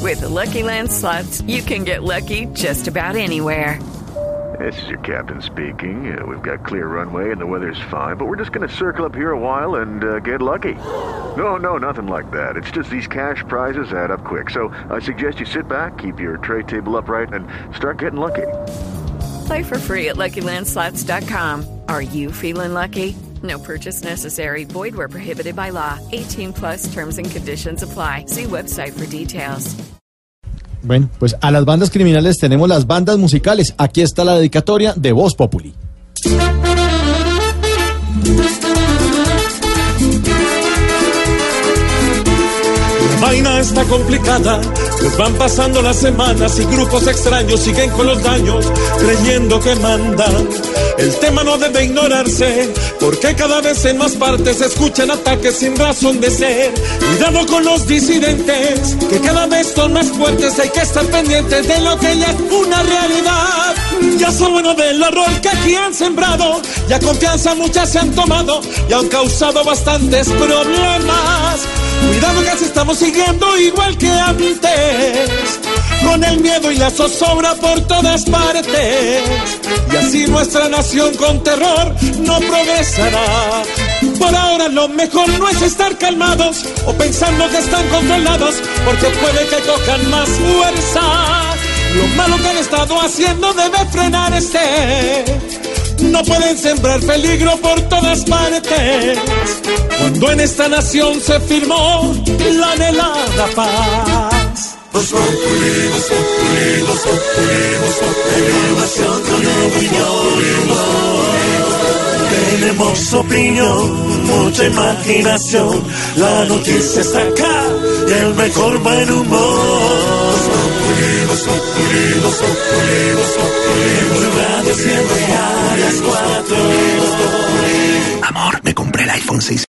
With the Lucky Land Slots, you can get lucky just about anywhere. This is your captain speaking. We've got clear runway and the weather's fine, but we're just going to circle up here a while and get lucky. No, nothing like that. It's just these cash prizes add up quick. So I suggest you sit back, keep your tray table upright, and start getting lucky. Play for free at LuckyLandSlots.com. Are you feeling lucky? No purchase necessary. Void where prohibited by law. 18 plus terms and conditions apply. See website for details. Bueno, pues a las bandas criminales tenemos las bandas musicales. Aquí está la dedicatoria de Voz Populi. La vaina está complicada, pues van pasando las semanas y grupos extraños siguen con los daños, creyendo que mandan. El tema no debe ignorarse, porque cada vez en más partes se escuchan ataques sin razón de ser. Cuidado con los disidentes, que cada vez son más fuertes, hay que estar pendientes de lo que ya es una realidad. Ya son bueno del horror que aquí han sembrado, ya confianza muchas se han tomado y han causado bastantes problemas. Cuidado que así estamos siguiendo igual que antes, con el miedo y la zozobra por todas partes, y así nuestra nación con terror no progresará. Por ahora lo mejor no es estar calmados o pensando que están controlados, porque puede que cojan más fuerza. Lo malo que han estado haciendo debe frenarse. No pueden sembrar peligro por todas partes, cuando en esta nación se firmó la anhelada paz. Tenemos opinión, mucha imaginación, la noticia está acá y el mejor buen humor. Radio siempre a las 4. Amor, me compré el iPhone 6.